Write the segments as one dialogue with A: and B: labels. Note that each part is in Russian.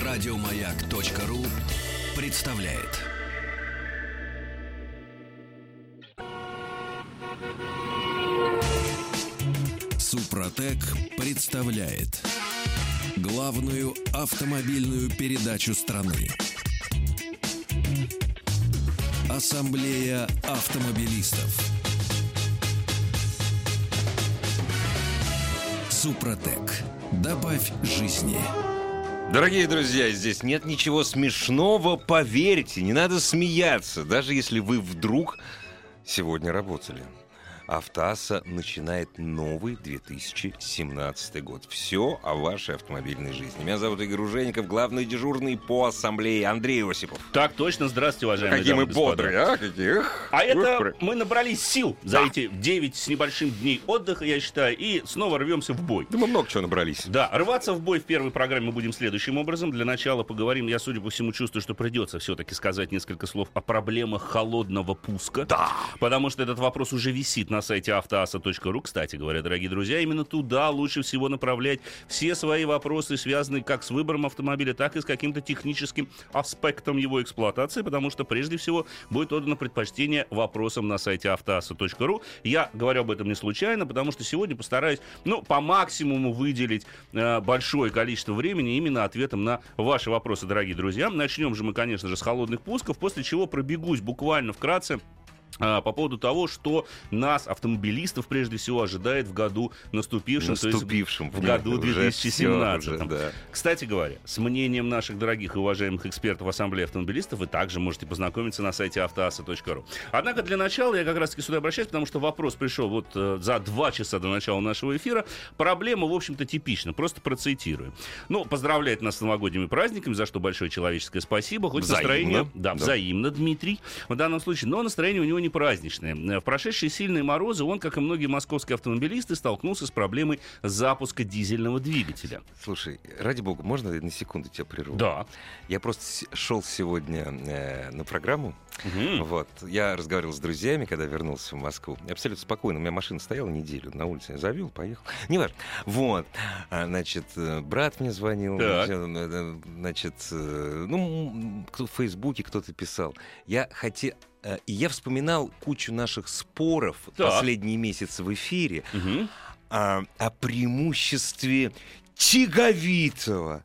A: Радиомаяк.ру представляет. Супротек представляет главную автомобильную передачу страны. Ассамблея автомобилистов. Супротек. Добавь жизни.
B: Дорогие друзья, здесь нет ничего смешного, поверьте, не надо смеяться, даже если вы вдруг сегодня работали. Автоасса начинает новый 2017 год. Все о вашей автомобильной жизни. Меня зовут Игорь Ужеников, главный дежурный по ассамблее Андрей Осипов.
C: Так точно. Здравствуйте, уважаемые
B: Какие
C: дамы
B: мы
C: и господа.
B: бодрые, а? Каких?
C: А это мы набрались сил за эти 9 с небольшим дней отдыха, я считаю, и снова рвемся в бой.
B: Да мы много чего набрались.
C: Да, рваться в бой в первой программе мы будем следующим образом. Для начала поговорим, я, судя по всему, чувствую, что придется все-таки сказать несколько слов о проблемах холодного пуска.
B: Да.
C: Потому что этот вопрос уже висит на сайте автоасса.ру. Кстати говоря, дорогие друзья, именно туда лучше всего направлять все свои вопросы, связанные как с выбором автомобиля, так и с каким-то техническим аспектом его эксплуатации, потому что прежде всего будет отдано предпочтение вопросам на сайте автоасса.ру. Я говорю об этом не случайно, потому что сегодня постараюсь, по максимуму выделить большое количество времени именно ответом на ваши вопросы, дорогие друзья. Начнем же мы, конечно же, с холодных пусков, после чего пробегусь буквально вкратце по поводу того, что нас, автомобилистов, прежде всего, ожидает в году наступившем, то есть в году 2017.
B: Да.
C: Кстати говоря, с мнением наших дорогих и уважаемых экспертов Ассамблеи автомобилистов вы также можете познакомиться на сайте автоасса.ру. Однако для начала я как раз-таки сюда обращаюсь, потому что вопрос пришел за 2 часа до начала нашего эфира. Проблема, в общем-то, типична. Просто процитирую. Поздравляет нас с новогодними праздниками, за что большое человеческое спасибо. Хоть
B: взаимно.
C: настроение... Взаимно, Дмитрий, в данном случае. Но настроение у него не праздничное. В прошедшие сильные морозы он, как и многие московские автомобилисты, столкнулся с проблемой запуска дизельного двигателя.
B: Слушай, ради бога, можно на секунду тебя прерву?
C: Да.
B: Я просто шел сегодня на программу.
C: Угу.
B: Я разговаривал с друзьями, когда вернулся в Москву. Абсолютно спокойно. У меня машина стояла неделю на улице. Я завел, поехал. Неважно. Брат мне звонил.
C: Так.
B: Кто в Фейсбуке кто-то писал. И я вспоминал кучу наших споров последние месяцы в эфире о преимуществе тяговитого,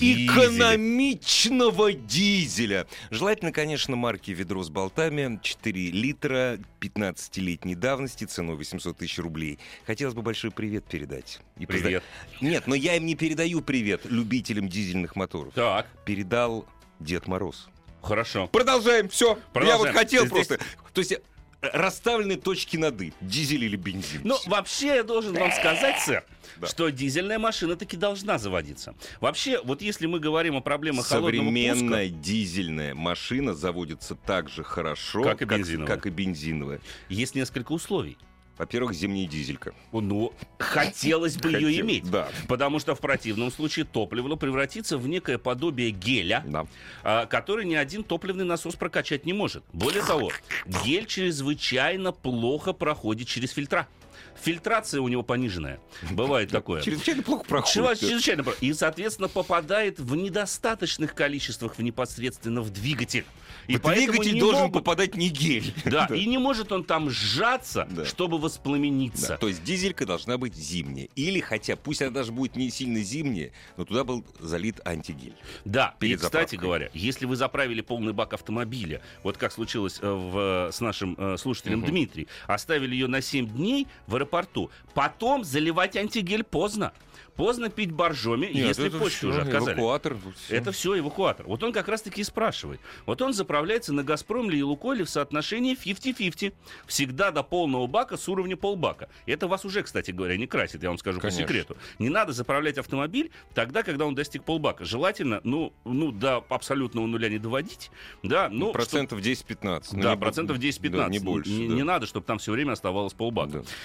B: экономичного дизеля. Желательно, конечно, марки «Ведро с болтами», 4 литра, 15-летней давности, ценой 800 тысяч рублей. Хотелось бы большой привет передать.
C: Привет.
B: Нет, но я им не передаю привет любителям дизельных моторов.
C: Так.
B: Передал Дед Мороз.
C: Хорошо.
B: Продолжаем, все.
C: Продолжаем.
B: Я хотел
C: Здесь...
B: просто... То есть расставлены точки над «и». Дизель или бензин.
C: Вообще я должен вам сказать, сэр,
B: Да.
C: что дизельная машина таки должна заводиться. Вообще, если мы говорим о проблемах холодного пуска...
B: Современная дизельная машина заводится так же хорошо,
C: как и бензиновая.
B: как и бензиновая.
C: Есть несколько условий.
B: Во-первых, зимняя дизелька.
C: Хотелось бы ее иметь.
B: Да.
C: Потому что в противном случае топливо превратится в некое подобие геля,
B: Да.
C: который ни один топливный насос прокачать не может. Более того, гель чрезвычайно плохо проходит через фильтра. Фильтрация у него пониженная. Бывает такое.
B: Чрезвычайно плохо проходит.
C: Чрезвычайно плохо. И, соответственно, попадает в недостаточных количествах непосредственно в двигатель. И
B: двигатель должен попадать не гель.
C: Да, и не может он там сжаться, чтобы воспламениться.
B: Да, то есть дизелька должна быть зимняя. Или хотя, пусть она даже будет не сильно зимняя, но туда был залит антигель.
C: Да, и, кстати
B: заправкой.
C: говоря, если вы заправили полный бак автомобиля, как случилось с нашим слушателем Дмитрием, оставили ее на 7 дней в аэропорту, потом заливать антигель поздно. Поздно пить боржоми, если почту уже отказали.
B: Эвакуатор.
C: Это все эвакуатор. Он как раз-таки и спрашивает. Он заправляется на «Газпромле» и «Лукойле» в соотношении 50-50. Всегда до полного бака с уровня полбака. Это вас уже, кстати говоря, не красит, я вам скажу
B: Конечно.
C: по секрету. Не надо заправлять автомобиль тогда, когда он достиг полбака. Желательно, до абсолютного нуля не доводить. Да,
B: процентов 10-15.
C: Да, процентов 10-15.
B: Да, не больше.
C: Не надо, чтобы там все время оставалось полбака.
B: Да.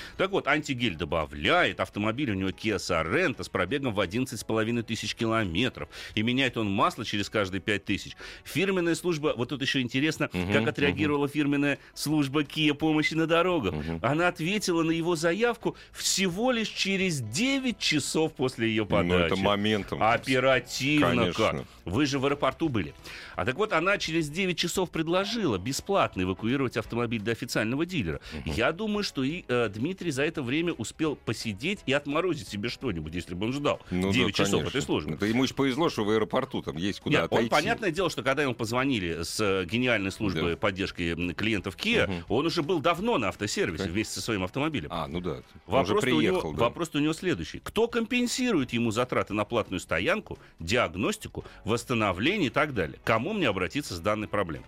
C: Так вот, антигель добавляет, автомобиль у него Kia Sorento с пробегом в 11,5 тысяч километров. И меняет он масло через каждые 5 тысяч. Фирменная служба, вот тут еще интересно, как отреагировала фирменная служба Kia помощи на дорогах. Она ответила на его заявку всего лишь через 9 часов после ее подачи.
B: Ну, это моментом.
C: Оперативно.
B: Конечно.
C: Как? Вы же в аэропорту были. А так вот, она через 9 часов предложила бесплатно эвакуировать автомобиль до официального дилера. Я думаю, что и Дмитрий за это время успел посидеть и отморозить себе что-нибудь, если бы он ждал 9 часов этой службы.
B: Это ему еще повезло, что в аэропорту там есть куда отойти.
C: Понятное дело, что когда ему позвонили с гениальной службой поддержки клиентов Kia, он уже был давно на автосервисе вместе со своим автомобилем.
B: Ну да.
C: Вопрос у него следующий. Кто компенсирует ему затраты на платную стоянку, диагностику, восстановление и так далее? Кому мне обратиться с данной проблемой?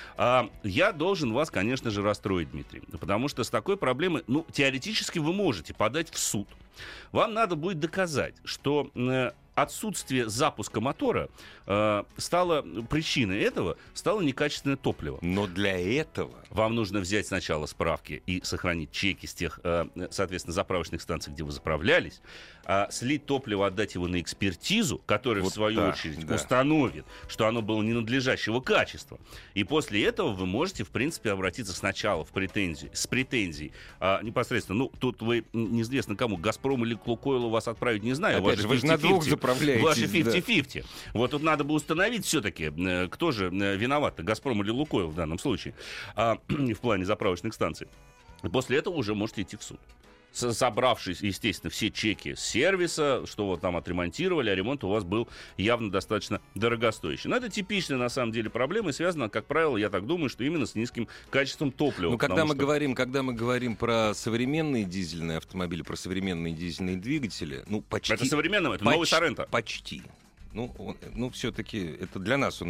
C: Я должен вас, конечно же, расстроить, Дмитрий. Потому что с такой проблемой, теоретически вы можете подать в суд. Вам надо будет доказать, что отсутствие запуска мотора стало причиной этого, стало некачественное топливо.
B: Но для этого
C: вам нужно взять сначала справки и сохранить чеки с тех, соответственно, заправочных станций, где вы заправлялись, слить топливо, отдать его на экспертизу, которая, в свою очередь, установит, что оно было ненадлежащего качества. И после этого вы можете, в принципе, обратиться сначала с претензией непосредственно, тут вы неизвестно кому, «Газпром» или «Лукойл» вас отправить не знаю.
B: Опять же, вы же на двух заправляетесь.
C: Ваши 50-50. Вот тут надо бы установить все-таки, кто же виноват, «Газпром» или «Лукойл» в данном случае, в плане заправочных станций. После этого уже можете идти в суд. Собравшись, естественно, все чеки с сервиса, что вот там отремонтировали, а ремонт у вас был явно достаточно дорогостоящий. Но это типичная, на самом деле, проблема, и связана, как правило, я так думаю, что именно с низким качеством топлива.
B: Когда мы говорим про современные дизельные автомобили, про современные дизельные двигатели, почти...
C: Это современное, это новый Sorento.
B: Почти. Все-таки это для нас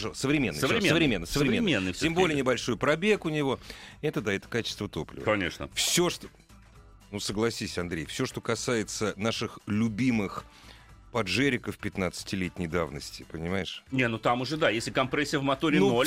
B: современный. Тем более небольшой пробег у него. Это качество топлива.
C: Конечно.
B: Все, что... согласись, Андрей, все, что касается наших любимых поджериков 15-летней давности, понимаешь?
C: Там уже, если компрессия в моторе 0.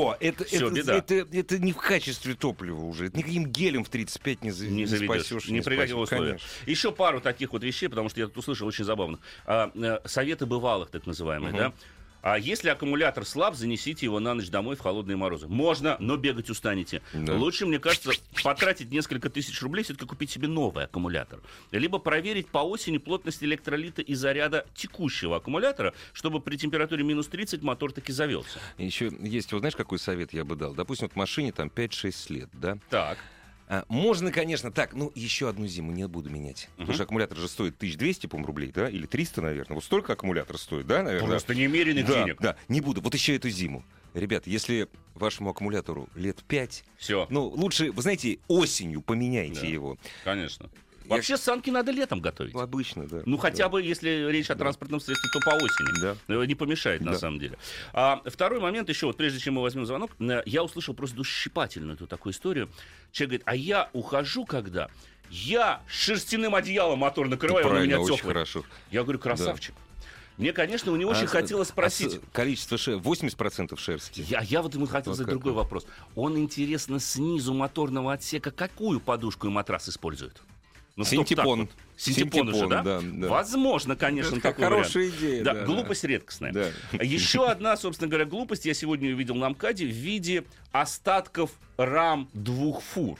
B: Это не в качестве топлива уже. Это никаким гелем в 35 не спасешь.
C: Ни при каких условиях. Еще пару таких вот вещей, потому что я тут услышал очень забавно. Советы бывалых, так называемые, да? А если аккумулятор слаб, занесите его на ночь домой в холодные морозы. Можно, но бегать устанете. Да. Лучше, мне кажется, потратить несколько тысяч рублей, все-таки купить себе новый аккумулятор. Либо проверить по осени плотность электролита и заряда текущего аккумулятора, чтобы при температуре минус 30 мотор таки завелся.
B: Еще есть, знаешь, какой совет я бы дал? Допустим, в машине там 5-6 лет, да?
C: Так.
B: Можно, конечно, еще одну зиму не буду менять. Потому что аккумулятор же стоит 1200, по-моему, рублей, да? Или 300, наверное. Вот столько аккумулятор стоит, да, наверное?
C: Просто немеренных денег.
B: Да, не буду. Вот еще эту зиму. Ребят, если вашему аккумулятору лет 5,
C: все.
B: Лучше, вы знаете, осенью поменяйте его.
C: Конечно. Вообще санки надо летом готовить.
B: Обычно, да.
C: Хотя бы, если речь о транспортном средстве, то по осени. Да. Не помешает, на самом деле. Второй момент еще, прежде чем мы возьмем звонок, я услышал просто душещипательную такую историю. Человек говорит, а я ухожу когда? Я шерстяным одеялом мотор накрываю, он у меня теплый.
B: Хорошо.
C: Я говорю, красавчик. Мне, конечно, у него очень хотелось спросить...
B: Количество 80% шерсти.
C: Я вот ему хотел задать другой вопрос. Он, интересно, снизу моторного отсека какую подушку и матрас использует?
B: Синтепон.
C: Синтепон уже, да? Возможно, конечно, такой вариант.
B: Хорошая идея.
C: Да, глупость редкостная. Да. Еще одна, собственно говоря, глупость я сегодня увидел на МКАДе в виде остатков рам 2 фур.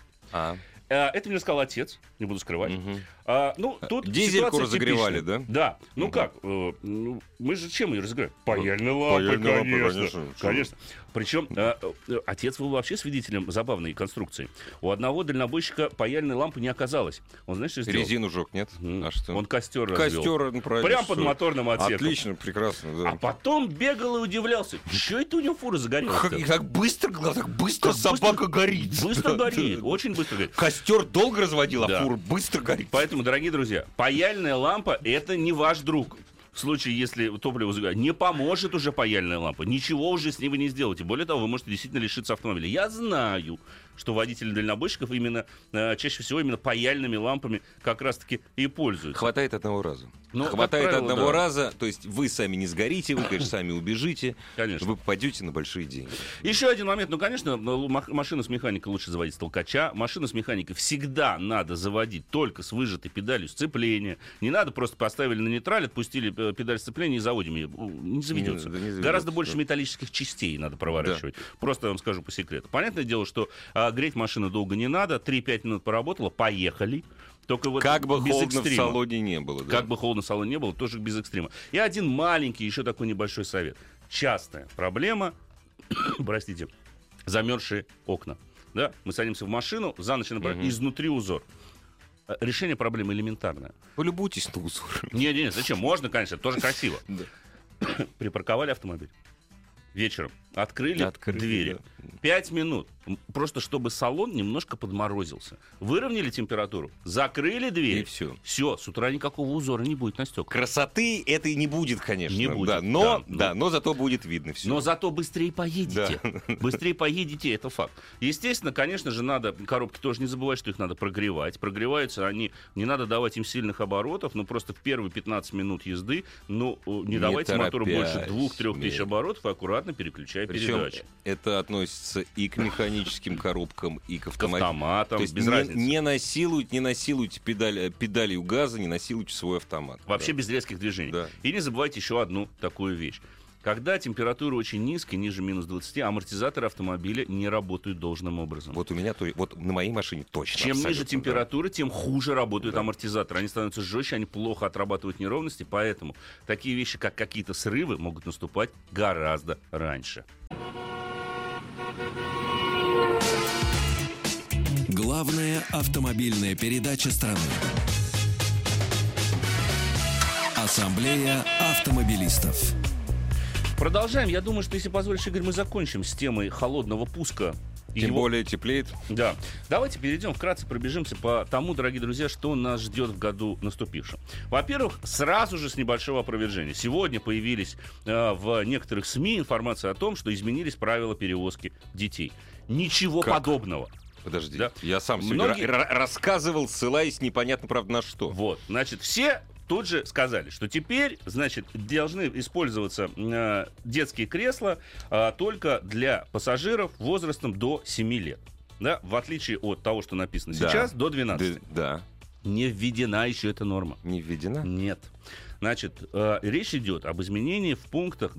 C: Это мне сказал отец, не буду скрывать. Тут
B: дизельку разогревали,
C: типичная. Да? Как? Мы же чем ее разогреваем? Паяльной лампой, конечно. Причем отец был вообще свидетелем забавной конструкции. У одного дальнобойщика паяльной лампы не оказалось. Он, знаешь, что сделал?
B: Резину жег, нет?
C: А что? Он костер развел. Прямо под моторным отсеком.
B: Отлично, прекрасно. Да.
C: А потом бегал и удивлялся. Что это у него фура загорелась?
B: Так быстро собака горит.
C: Быстро горит, очень быстро горит.
B: Костер долго разводил, а фура быстро горит.
C: Поэтому, дорогие друзья, паяльная лампа — это не ваш друг. В случае, если топливо загорит, не поможет уже паяльная лампа. Ничего уже с ней вы не сделаете. Более того, вы можете действительно лишиться автомобиля. Я знаю, что водители дальнобойщиков именно чаще всего именно паяльными лампами как раз-таки и пользуются.
B: Хватает одного раза.
C: Ну,
B: Хватает
C: как правило,
B: одного
C: да.
B: раза, то есть вы сами не сгорите, вы, конечно, сами убежите,
C: Конечно.
B: вы попадете на большие деньги.
C: Еще один момент. Ну, конечно, машину с механикой лучше заводить с толкача. Машину с механикой всегда надо заводить только с выжатой педалью сцепления. Не надо просто поставили на нейтраль, отпустили педаль сцепления и заводим ее. Не заведется.
B: Не заведется,
C: Гораздо больше
B: да.
C: металлических частей надо проворачивать. Просто вам скажу по секрету. Понятное дело, что греть машину долго не надо. 3-5 минут поработала, поехали. Только вот
B: Как бы
C: без
B: холодно в
C: экстрима.
B: салоне не было. Да?
C: Как бы холодно в салоне не было, тоже без экстрима. И один маленький, еще такой небольшой совет. Частая проблема, простите, замерзшие окна. Да? Мы садимся в машину, за ночь изнутри узор. Решение проблемы элементарное.
B: Полюбуйтесь на узор.
C: Не, зачем? Можно, конечно, это тоже красиво. Припарковали автомобиль. Вечером открыли двери.
B: Да.
C: 5 минут. Просто чтобы салон немножко подморозился. Выровняли температуру, закрыли дверь.
B: И все.
C: Все, с утра никакого узора не будет на стеклах.
B: Красоты это и не будет, конечно.
C: Не будет,
B: да, но зато будет видно все.
C: Но зато быстрее поедете.
B: Да.
C: Быстрее поедете, это факт. Естественно, конечно же, надо, коробки тоже не забывать, что их надо прогревать. Прогреваются они, не надо давать им сильных оборотов, но просто в первые 15 минут езды, не давайте мотору больше 2-3 тысяч оборотов и аккуратно переключая
B: Причем
C: передачи.
B: это относится и к механическим коробкам, и к
C: автоматам,
B: То есть
C: без разницы.
B: Не насилуйте педалью газа, не насилуйте свой автомат.
C: Вообще
B: да.
C: без резких движений.
B: Да.
C: И не забывайте еще одну такую вещь. Когда температура очень низкая, ниже минус 20, амортизаторы автомобиля не работают должным образом.
B: Вот у меня, вот на моей машине точно.
C: Чем ниже
B: абсолютно,
C: температура, тем хуже работают амортизаторы. Они становятся жестче, они плохо отрабатывают неровности, поэтому такие вещи, как какие-то срывы, могут наступать гораздо раньше.
A: Главная автомобильная передача страны. Ассамблея автомобилистов.
C: Продолжаем. Я думаю, что, если позволишь, Игорь, мы закончим с темой холодного пуска.
B: Тем более теплеет.
C: Да. Давайте перейдем, вкратце пробежимся по тому, дорогие друзья, что нас ждет в году наступившем. Во-первых, сразу же с небольшого опровержения. Сегодня появились в некоторых СМИ информация о том, что изменились правила перевозки детей. Ничего подобного.
B: Подожди,
C: Да.
B: Я сам сегодня рассказывал, ссылаясь непонятно, правда, на что.
C: Вот, значит, все тут же сказали, что теперь, значит, должны использоваться детские кресла только для пассажиров возрастом до 7 лет. Да? В отличие от того, что написано сейчас, до 12.
B: Да.
C: Не введена еще эта норма.
B: Не введена?
C: Нет. Значит, речь идет об изменении в пунктах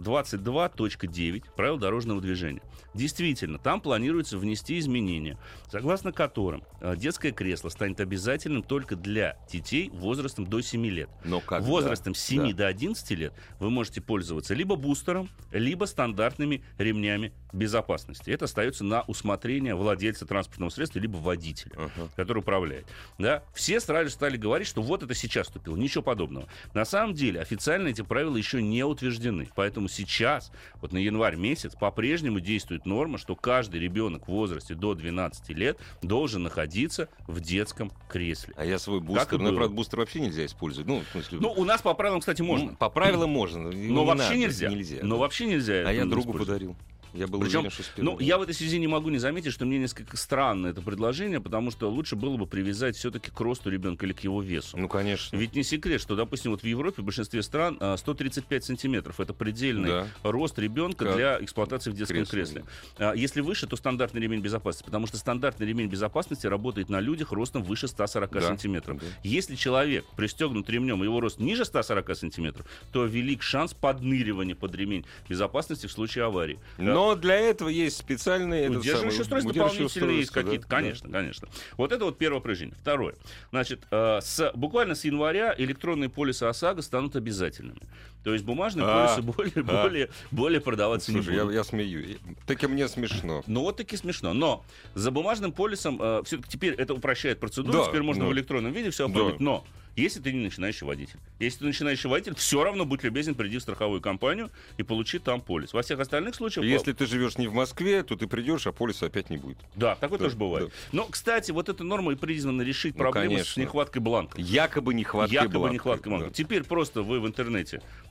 C: 22.9 правил дорожного движения. Действительно, там планируется внести изменения, согласно которым детское кресло станет обязательным только для детей возрастом до 7 лет.
B: Но когда?
C: Возрастом с 7 до 11 лет вы можете пользоваться либо бустером, либо стандартными ремнями безопасности. Это остается на усмотрение владельца транспортного средства, либо водителя, который управляет. Да? Все сразу стали говорить, что вот это сейчас вступило. Ничего подобного. На самом деле, официально эти правила еще не утверждены. Поэтому сейчас, вот на январь месяц, по-прежнему действует норма, что каждый ребенок в возрасте до 12 лет должен находиться в детском кресле.
B: А я свой бустер, правда, бустер вообще нельзя использовать. Ну, в смысле...
C: у нас по правилам, кстати, можно.
B: По правилам можно.
C: Но вообще нельзя. Но вообще нельзя.
B: А я другу подарил. Я был уверен, что
C: я в этой связи не могу не заметить, что мне несколько странно это предложение, потому что лучше было бы привязать все-таки к росту ребенка или к его весу.
B: Ну, конечно.
C: Ведь не секрет, что, допустим, вот в Европе, в большинстве стран 135 сантиметров. Это предельный рост ребенка для эксплуатации в детском кресле. Если выше, то стандартный ремень безопасности, потому что стандартный ремень безопасности работает на людях ростом выше 140 сантиметров. Да. Если человек пристегнут ремнем, и его рост ниже 140 сантиметров, то велик шанс подныривания под ремень безопасности в случае аварии.
B: Но для этого есть специальные
C: удерживающие устройства, дополнительные есть какие-то, конечно. Вот это вот первое упреждение. Второе. Значит, буквально с января электронные полисы ОСАГО станут обязательными. То есть бумажные полисы более продаваться не будут.
B: Я смеюсь. Таки мне смешно.
C: Ну вот таки смешно. Но за бумажным полисом все-таки теперь это упрощает процедуру. Теперь можно в электронном виде все оформить. Но если ты не начинающий водитель. Если ты начинающий водитель, все равно будь любезен, приди в страховую компанию и получи там полис. Во всех остальных случаях...
B: Если ты живешь не в Москве, то ты придешь, а полиса опять не будет.
C: Да, такое тоже бывает. Да. Но, кстати, вот эта норма и призвана решить проблему с нехваткой бланков.
B: Якобы нехваткой бланков.
C: Да. Теперь просто вы в интернете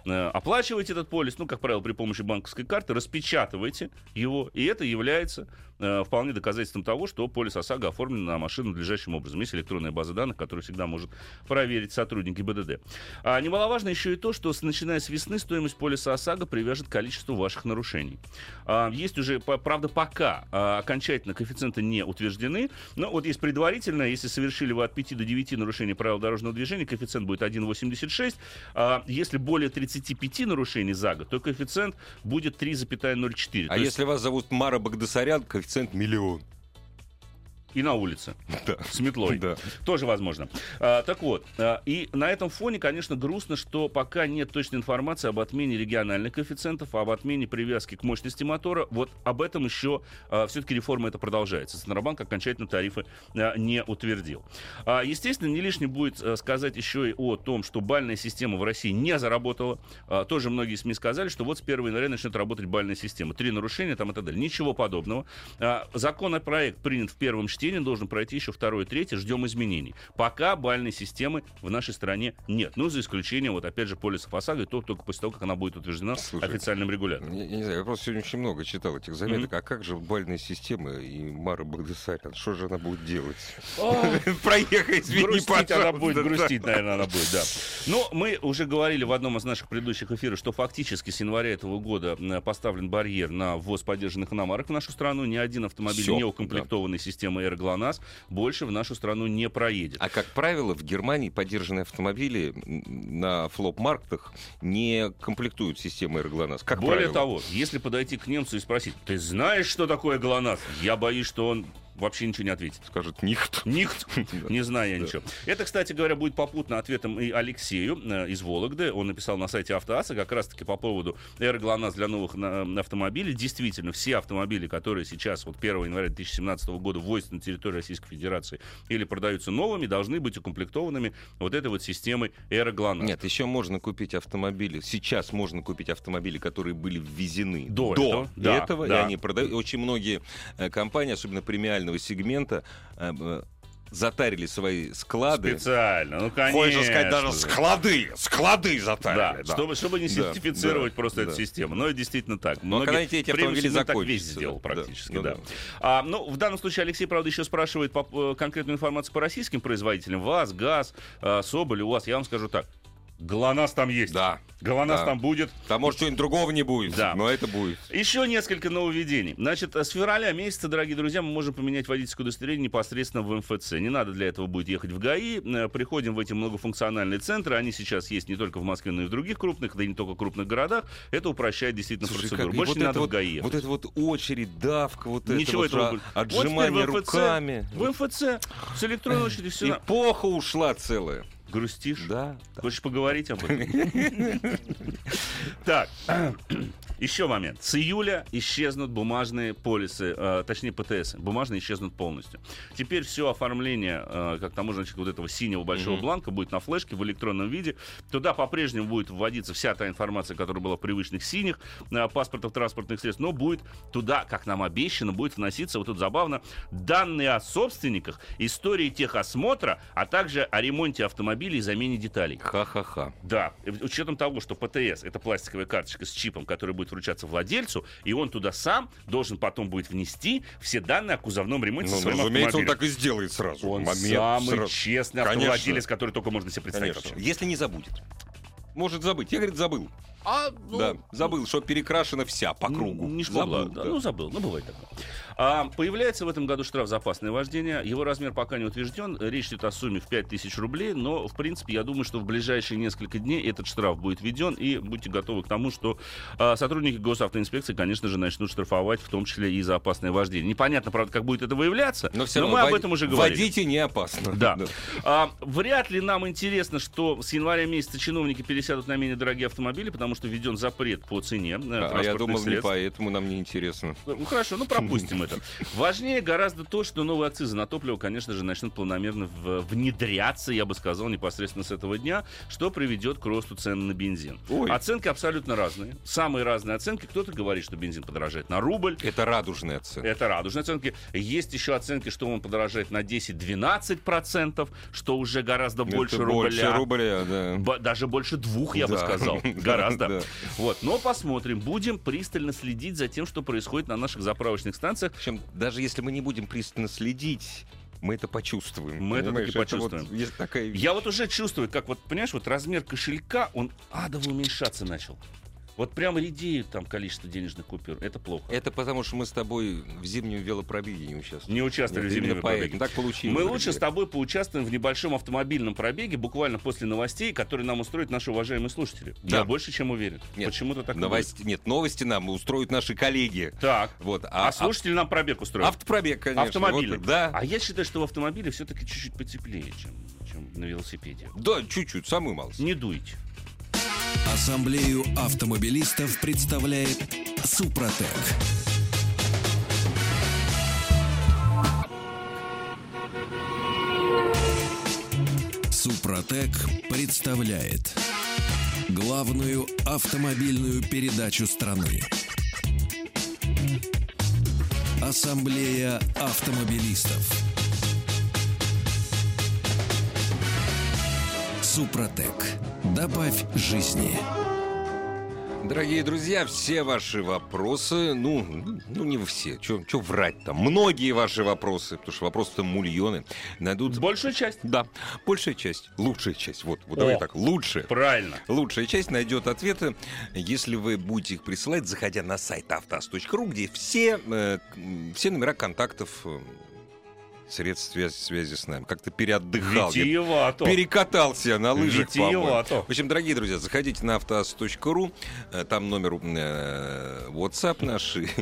C: оплачиваете этот полис, ну, как правило, при помощи банковской карты, распечатываете его, и это является вполне доказательством того, что полис ОСАГО оформлен на машину надлежащим образом. Есть электронная база данных, которую всегда может проверить сотрудники БДД. Немаловажно еще и то, что начиная с весны стоимость полиса ОСАГО привяжет к количеству ваших нарушений. Есть уже, правда, пока окончательно коэффициенты не утверждены, но вот есть предварительно, если совершили вы от 5 до 9 нарушений правил дорожного движения, коэффициент будет 1,86. Если более 35 нарушений за год, то коэффициент будет 3,04.
B: А если вас зовут Мара Багдасарян, коэффициент 1 000 000.
C: И на улице.
B: Да.
C: С метлой.
B: Да.
C: Тоже возможно. Так вот, и на этом фоне, конечно, грустно, что пока нет точной информации об отмене региональных коэффициентов, об отмене привязки к мощности мотора. Вот об этом еще все-таки реформа эта продолжается. Центробанк окончательно тарифы не утвердил. Естественно, не лишне будет сказать еще и о том, что бальная система в России не заработала. Тоже многие СМИ сказали, что вот с 1 января начнет работать бальная система. 3 нарушения там и так далее. Ничего подобного. Законопроект принят в первом чтении, должен пройти еще 2-й, 3-й. Ждем изменений. Пока бальной системы в нашей стране нет. Ну, за исключением, вот опять же, полисов ОСАГО, и то только после того, как она будет утверждена официальным регулятором.
B: Я не знаю, я просто сегодня очень много читал этих заметок. А как же бальная система и Мара Багдасарян? Что же она будет делать? Проехать, извини,
C: грустить она будет, грустить, наверное, она будет, да. Но мы уже говорили в одном из наших предыдущих эфиров, что фактически с января этого года поставлен барьер на ввоз подержанных иномарок в нашу страну. Ни один автомобиль, не укомплектованный системой ГЛОНАСС, больше в нашу страну не проедет.
B: А как правило, в Германии подержанные автомобили на флоп-маркетах не комплектуют системой ГЛОНАСС.
C: Более того, если подойти к немцу и спросить: ты знаешь, что такое ГЛОНАСС? Я боюсь, что он вообще ничего не ответит.
B: Скажет «нихт».
C: Нихт. Не знаю я ничего. Это, кстати говоря, будет попутно ответом и Алексею из Вологды. Он написал на сайте Автоаса как раз-таки по поводу ГЛОНАСС для новых автомобилей. Действительно, все автомобили, которые сейчас вот 1 января 2017 года ввозятся на территорию Российской Федерации или продаются новыми, должны быть укомплектованными вот этой вот системой ГЛОНАСС.
B: Нет, еще можно купить автомобили. Сейчас можно купить автомобили, которые были ввезены
C: до
B: этого,
C: да.
B: И они продают. Очень многие компании, особенно премиального сегмента, затарили свои склады.
C: Специально, ну конечно.
B: Хочется сказать, даже склады затарили.
C: Да. Чтобы не сертифицировать просто эту систему. Но это действительно так.
B: Но когда эти автомобили закончатся.
C: Так весь сделал практически, да. Ну, в данном случае Алексей, правда, еще спрашивает конкретную информацию по российским производителям. ВАЗ, ГАЗ, Соболь, УАЗ. Я вам скажу так. ГЛОНАСС там есть.
B: Да.
C: ГЛОНАСС там будет.
B: Там, может, что-нибудь другого не будет, но это будет.
C: Еще несколько нововведений. Значит, с февраля месяца, дорогие друзья, мы можем поменять водительское удостоверение непосредственно в МФЦ. Не надо для этого будет ехать в ГАИ. Приходим в эти многофункциональные центры. Они сейчас есть не только в Москве, но и в других крупных, да и не только крупных городах. Это упрощает действительно процедуру. Больше не надо в ГАИ ехать.
B: Вот эта вот очередь, давка, вот
C: ничего
B: это вот отжимание руками.
C: В МФЦ с электронной очередью все.
B: Эпоха ушла целая.
C: Грустишь?
B: Да.
C: Хочешь поговорить об этом? Так, еще момент. С июля исчезнут бумажные полисы, точнее ПТС. Бумажные исчезнут полностью. Теперь все оформление, как таможенничек вот этого синего большого бланка, будет на флешке в электронном виде. Туда по-прежнему будет вводиться вся та информация, которая была в привычных синих паспортах транспортных средств, но будет туда, как нам обещано, будет вноситься, вот тут забавно, данные о собственниках, истории техосмотра, а также о ремонте автомобиля и замене деталей.
B: Ха-ха-ха.
C: Да, с учетом того, что ПТС — это пластиковая карточка с чипом, который будет вручаться владельцу, и он туда сам должен потом будет внести все данные о кузовном ремонте своего автомобиля.
B: Разумеется, он так и сделает сразу.
C: Он самый честный автовладелец, который только можно себе представить.
B: Конечно. Если не забудет. Может забыть. Я, говорит, забыл. Да, забыл, что перекрашена вся по кругу.
C: Не шпабла, забыл, бывает такое. Появляется в этом году штраф за опасное вождение. Его размер пока не утвержден. Речь идет о сумме в 5000 рублей. Но, в принципе, я думаю, что в ближайшие несколько дней этот штраф будет введен. И будьте готовы к тому, что сотрудники госавтоинспекции, конечно же, начнут штрафовать, в том числе и за опасное вождение. Непонятно, правда, как будет это выявляться, но мы об этом уже говорили.
B: Водите не опасно.
C: Да. Вряд ли нам интересно, что с января месяца чиновники пересядут на менее дорогие автомобили, потому потому что введен запрет по цене
B: А я
C: транспортных
B: думал, не
C: средств.
B: поэтому нам не интересно.
C: Ну хорошо, ну пропустим это. Важнее гораздо то, что новые акцизы на топливо, конечно же, начнут планомерно внедряться, я бы сказал, непосредственно с этого дня, что приведет к росту цен на бензин.
B: Ой.
C: Оценки абсолютно разные. Самые разные оценки. Кто-то говорит, что бензин подорожает на рубль.
B: Это радужные оценки.
C: Это радужные оценки. Есть еще оценки, что он подорожает на 10-12%, что уже гораздо больше
B: Это
C: рубля.
B: больше рубля, да.
C: Даже больше 2, я бы
B: Да.
C: сказал.
B: Да,
C: Гораздо.
B: да.
C: Вот. Но посмотрим. Будем пристально следить за тем, что происходит на наших заправочных станциях.
B: Причем, даже если мы не будем пристально следить, мы это почувствуем.
C: Мы это
B: понимаешь?
C: таки почувствуем.
B: Вот есть такая вещь.
C: Я вот уже чувствую, как вот, понимаешь, вот размер кошелька, он адово уменьшаться начал. Вот прямо редеет там количество денежных купюр. Это плохо.
B: Это потому, что мы с тобой в зимнем велопробеге не участвуем.
C: Не участвовали в зимнем пробеге.
B: Так получилось.
C: Мы лучше с тобой поучаствуем в небольшом автомобильном пробеге, буквально после новостей, которые нам устроят наши уважаемые слушатели.
B: Да.
C: Я больше чем уверен.
B: Нет,
C: Почему-то так и
B: Нет, новости нам устроят наши коллеги.
C: будет. Так.
B: Вот,
C: А слушатели нам пробег устроят.
B: автопробег, конечно.
C: Автомобильный.
B: Вот, да.
C: А я считаю, что в автомобиле все-таки чуть-чуть потеплее, чем на велосипеде.
B: Да, чуть-чуть, самую малость.
C: Не дуйте.
A: Ассамблею автомобилистов представляет Супротек. Супротек представляет главную автомобильную передачу страны. Ассамблея автомобилистов. Супротек. Добавь жизни.
B: Дорогие друзья, все ваши вопросы, ну не все, что врать там, многие ваши вопросы, потому что вопросы-то мульоны, найдут...
C: Большую часть.
B: Да, большая часть, лучшая часть, вот давай так, лучшая.
C: Правильно.
B: Лучшая часть найдет ответы, если вы будете их присылать, заходя на сайт автоаз.ру, где все номера контактов средств связи с нами. Как-то переотдыхал. я
C: Витиевато.
B: перекатался на лыжах, по-моему.
C: Витиевато.
B: В общем, дорогие друзья, заходите на автоаз.ру, там номер WhatsApp наш. и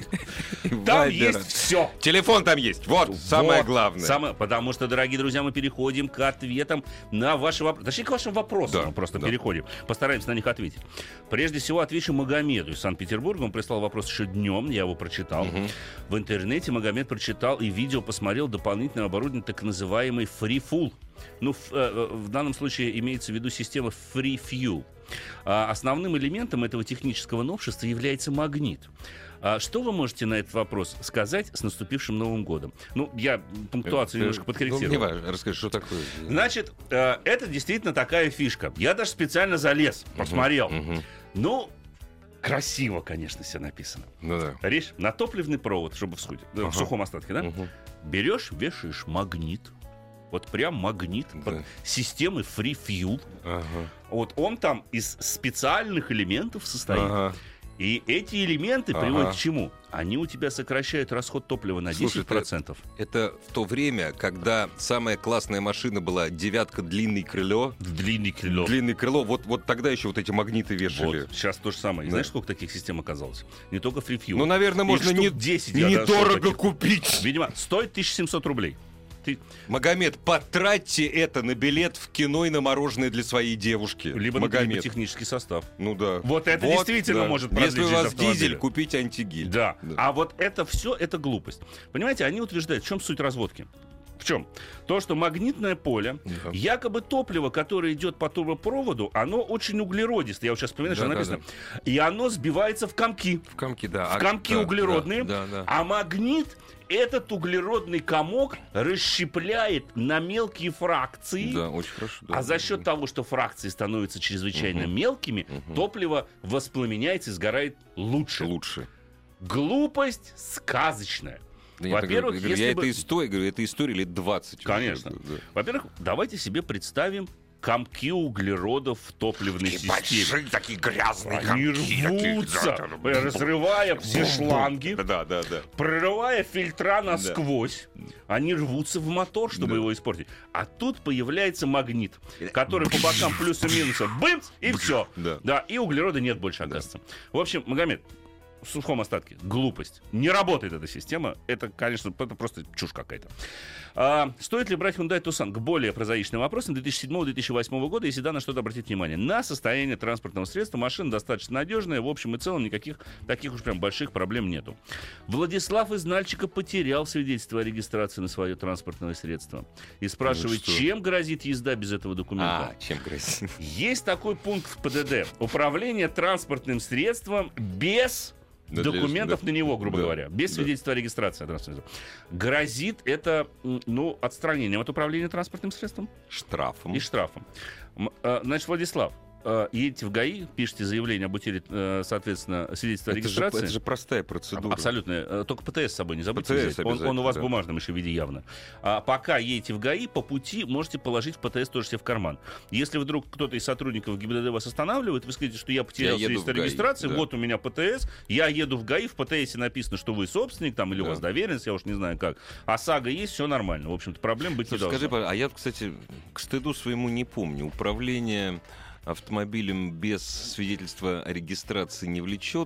C: Там
B: Viber.
C: есть все.
B: Телефон там есть. Вот, самое главное.
C: Потому что, дорогие друзья, мы переходим к ответам на ваши вопросы. Точнее, к вашим вопросам
B: Да,
C: мы просто
B: да.
C: переходим. Постараемся на них ответить. Прежде всего, отвечу Магомеду из Санкт-Петербурга. Он прислал вопрос еще днем, я его прочитал. В интернете Магомед прочитал и видео посмотрел дополнительное оборудование, так называемый Free Fuel. Ну, в данном случае имеется в виду система Free Fuel. Основным элементом этого технического новшества является магнит. Что вы можете на этот вопрос сказать с наступившим Новым годом? Ну, я пунктуацию немножко подкорректирую.
B: Не важно, расскажи, что такое.
C: Значит, это действительно такая фишка. Я даже специально залез, посмотрел. Ну, красиво, конечно, все написано.
B: Ну да.
C: Речь на топливный провод, чтобы в сухом остатке, да? Берешь, вешаешь магнит. Вот прям магнит под системы Free Fuel. Вот он там из специальных элементов состоит. И эти элементы приводят к чему? Они у тебя сокращают расход топлива на 10%.
B: Это в то время, когда самая классная машина была девятка длинное крыло.
C: Длинный крыло.
B: Длинное крыло. Вот тогда еще вот эти магниты вешали.
C: Вот, сейчас то же самое.
B: Да.
C: Знаешь, сколько таких систем оказалось? Не только Free Fuel.
B: Ну, наверное,
C: Их
B: можно
C: штук 10, я даже
B: недорого
C: таких.
B: купить.
C: Видимо, стоит 1700 рублей.
B: Магомед, потратьте это на билет в кино и на мороженое для своей девушки.
C: Либо
B: Магомед.
C: технический состав.
B: Ну да.
C: Вот это действительно может продлить
B: Если у
C: жизнь
B: вас
C: автомобиля.
B: дизель, купите антигиль.
C: Да. А вот это все, это глупость. Понимаете, они утверждают, в чем суть разводки? В чем? То, что магнитное поле, якобы топливо, которое идет по трубопроводу, оно очень углеродистое. Я вот сейчас вспоминаю, что написано. И оно сбивается в комки.
B: В комки, да.
C: В комки углеродные.
B: Да.
C: А магнит этот углеродный комок расщепляет на мелкие фракции.
B: Да, очень хорошо. Да.
C: А за счет того, что фракции становятся чрезвычайно мелкими, топливо воспламеняется и сгорает лучше. Глупость сказочная.
B: Да нет,
C: Во-первых,
B: я
C: если бы...
B: это история лет 20.
C: Конечно.
B: Да.
C: Во-первых, давайте себе представим комки углеродов в топливной системе.
B: Большие, такие грязные
C: Они рвутся, разрывая все шланги,
B: Да.
C: прорывая фильтра насквозь. Они рвутся в мотор, чтобы его испортить. А тут появляется магнит, который по бокам плюс и минуса, бымц, и все.
B: Да.
C: Да, и углерода нет больше, оказывается. В общем, Магомед, в сухом остатке глупость. Не работает эта система. Это, конечно, это просто чушь какая-то. Стоит ли брать Hyundai Tucson? К более прозаичным вопросам 2007-2008 года, если да, на что-то обратить внимание. На состояние транспортного средства машина достаточно надежная. В общем и целом никаких таких уж прям больших проблем нету. Владислав из Нальчика потерял свидетельство о регистрации на свое транспортное средство. И спрашивает, чем грозит езда без этого документа?
B: Чем грозит?
C: Есть такой пункт в ПДД. Управление транспортным средством без документов на него, грубо говоря. Без свидетельства о регистрации. Грозит это, отстранением от управления транспортным средством.
B: Штрафом.
C: И штрафом. Значит, Владислав, едете в ГАИ, пишите заявление об утере, соответственно, свидетельства о регистрации.
B: Это же простая процедура.
C: Абсолютно. Только ПТС с собой не забудьте взять. Он у вас в бумажном еще виде явно. Пока едете в ГАИ, по пути можете положить в ПТС тоже себе в карман. Если вдруг кто-то из сотрудников ГИБДД вас останавливает, вы скажете, что я потерял свидетельство о регистрации, вот у меня ПТС, я еду в ГАИ, в ПТСе написано, что вы собственник, там, или у вас доверенность, я уж не знаю как. ОСАГО есть, все нормально. В общем-то, проблем быть не должно.
B: Скажи, а я, кстати, к стыду своему не помню. Управление автомобилем без свидетельства о регистрации не влечет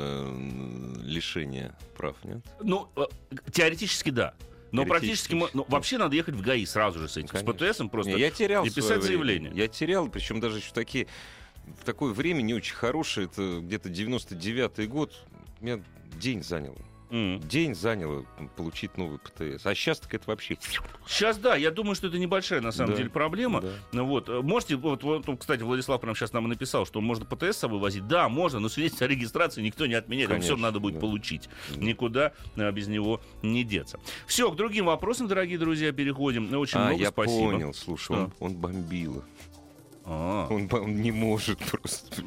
B: лишение прав, нет?
C: Теоретически да. Но практически вообще надо ехать в ГАИ сразу же с этим, с ПТСом просто.
B: Я терял
C: и писать заявление.
B: Я терял, причем даже еще в такое время не очень хорошее, это где-то 99-й год, меня день заняло. День заняло получить новый ПТС. А сейчас так это вообще...
C: Сейчас, да, я думаю, что это небольшая, на самом деле, проблема.
B: Да.
C: Можете, кстати, Владислав прямо сейчас нам и написал, что можно ПТС с собой возить. Да, можно, но свидетельство о регистрации никто не отменяет. Конечно, все надо будет получить. Никуда без него не деться. Все, к другим вопросам, дорогие друзья, переходим. Очень много спасибо.
B: Я понял, слушай, он бомбил. Он не может просто,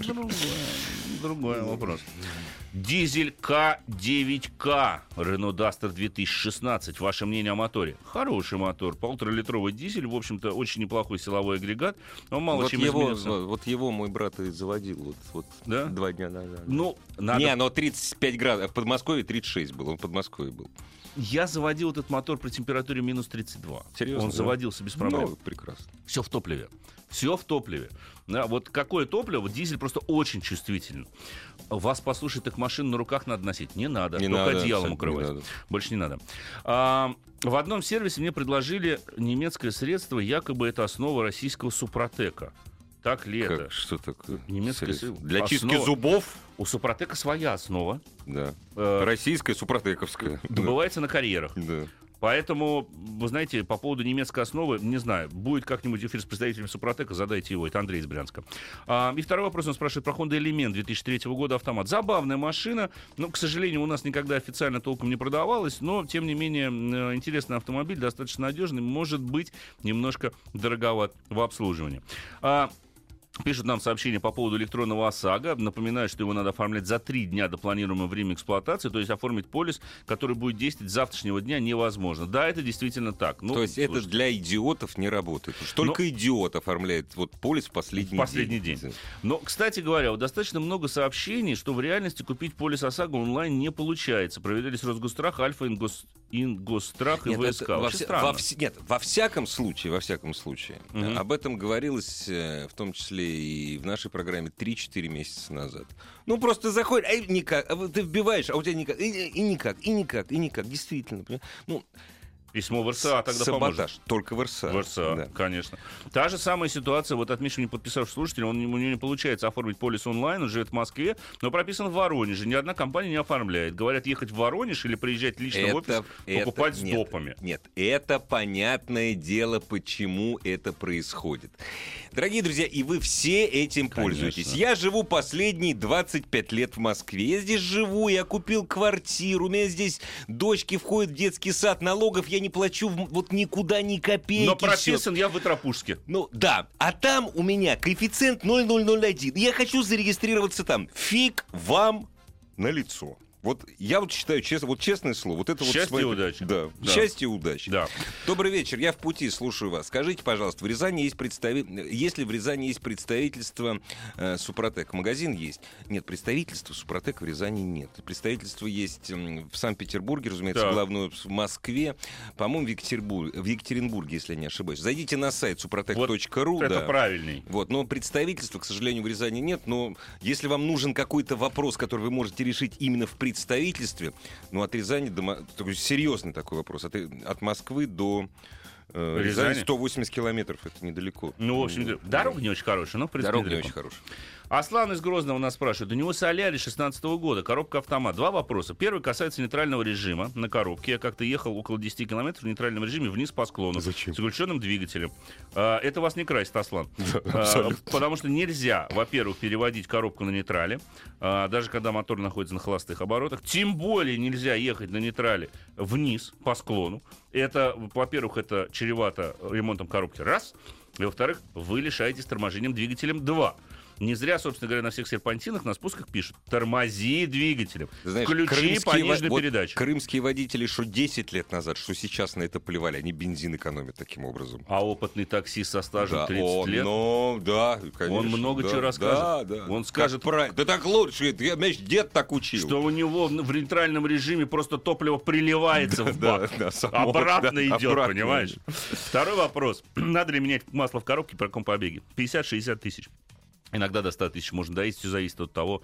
C: Другой вопрос. Дизель К9К, Renault Duster 2016. Ваше мнение о моторе? Хороший мотор. 1,5-литровый дизель. В общем-то, очень неплохой силовой агрегат. Он мало чем изменился.
B: Вот его мой брат и заводил 2 дня назад.
C: Но
B: 35 градусов. В Подмосковье 36 был. Он в Подмосковье был.
C: Я заводил этот мотор при температуре минус 32.
B: Серьезно?
C: Он заводился без проблем.
B: Прекрасно.
C: Все в топливе. Все в топливе. Да, вот какое топливо? Дизель просто очень чувствителен. Вас послушать, так машину на руках надо носить. Не надо. Только одеялом укрывать. Больше не надо. В одном сервисе мне предложили немецкое средство, якобы это основа российского Супротека. Так ли это?
B: Что такое?
C: Немецкое
B: для чистки зубов?
C: У Супротека своя основа.
B: Да. Российская, супротековская.
C: Добывается на карьерах.
B: Да.
C: Поэтому, вы знаете, по поводу немецкой основы, не знаю, будет как-нибудь эфир с представителем Супротека, задайте его, это Андрей из Брянска. И второй вопрос он спрашивает про Honda Element 2003 года автомат. Забавная машина, но, к сожалению, у нас никогда официально толком не продавалась, но, тем не менее, интересный автомобиль, достаточно надежный, может быть, немножко дороговат в обслуживании. Пишут нам сообщение по поводу электронного ОСАГО. Напоминаю, что его надо оформлять за 3 дня до планируемого времени эксплуатации. То есть оформить полис, который будет действовать с завтрашнего дня, невозможно. Да, это действительно так.
B: То есть это для идиотов не работает. Только идиот оформляет полис в последний день.
C: Но, кстати говоря, достаточно много сообщений, что в реальности купить полис ОСАГО онлайн не получается. Проверялись Росгосстрах, Альфа, Ингосстрах и ВСК.
B: Во всяком случае. Об этом говорилось в том числе и в нашей программе 3-4 месяца назад. Просто заходишь, ты вбиваешь, а у тебя никак, и никак, действительно.
C: Письмо в РСА тогда
B: саботаж.
C: Поможет.
B: Только в РСА.
C: В РСА, да. Конечно. Та же самая ситуация, отмечу, не подписавший слушатель, у него не получается оформить полис онлайн, он живет в Москве, но прописан в Воронеже. Ни одна компания не оформляет. Говорят, ехать в Воронеж или приезжать лично в офис, покупать с допами.
B: Нет, это понятное дело, почему это происходит. Дорогие друзья, и вы все этим пользуетесь. Я живу последние 25 лет в Москве. Я здесь живу, я купил квартиру, у меня здесь дочки входят в детский сад, налогов я не плачу никуда ни копейки.
C: Но прописан я в Ветропужске.
B: Да, а там у меня коэффициент 0,001. Я хочу зарегистрироваться там. Фиг вам на лицо. Вот я вот считаю, честное слово, вот это
C: Счастье и
B: вот...
C: удачи.
B: Да,
C: Да.
B: счастье и удачи.
C: Да.
B: Добрый вечер, я в пути, слушаю вас. Скажите, пожалуйста, в Рязани есть если в Рязани есть представительство Супротек, магазин есть? Нет, представительства Супротек в Рязани нет. Представительство есть в Санкт-Петербурге, разумеется,
C: Так.
B: главное в Москве, по-моему, в Екатеринбурге, если я не ошибаюсь. Зайдите на сайт suprotec.ru.
C: Вот это
B: да.
C: правильный.
B: Вот, но представительства, к сожалению, в Рязани нет. Но если вам нужен какой-то вопрос, который вы можете решить именно в представительстве, ну, от Рязани такой серьезный такой вопрос. От Москвы до Рязани 180 километров. Это недалеко.
C: Ну, в общем, дорога не очень хорошая, но, в принципе,
B: Дорога не
C: недалеко.
B: очень хорошая.
C: Аслан из Грозного нас спрашивает. У него Солярис 16 года, коробка автомат. Два вопроса. Первый касается нейтрального режима на коробке. Я как-то ехал около 10 километров в нейтральном режиме вниз по склону.
B: Зачем?
C: С включенным двигателем. Это вас не красит, Аслан.
B: абсолютно.
C: Потому что нельзя, во-первых, переводить коробку на нейтрале, даже когда мотор находится на холостых оборотах. Тем более нельзя ехать на нейтрале вниз по склону. Это, во-первых, это чревато ремонтом коробки. Раз. И, во-вторых, вы лишаетесь торможением двигателем. Два. Не зря, собственно говоря, на всех серпантинах на спусках пишут: тормози двигателем,
B: Ты знаешь,
C: включи пониженную передачу.
B: Крымские водители, что 10 лет назад, что сейчас на это плевали. Они бензин экономят таким образом.
C: А опытный таксист со стажем
B: Да,
C: 30 лет,
B: да, конечно.
C: он много
B: да,
C: чего расскажет.
B: Да.
C: Он скажет,
B: Как правильно. Да так лучше. Меня дед так учил.
C: что у него в нейтральном режиме просто топливо приливается в бак.
B: Да, само,
C: Обратно
B: да,
C: идет,
B: обратно.
C: понимаешь? Второй вопрос. Надо ли менять масло в коробке при каком побеге? 50-60 тысяч. Иногда до 100 тысяч можно доесть, все зависит от того,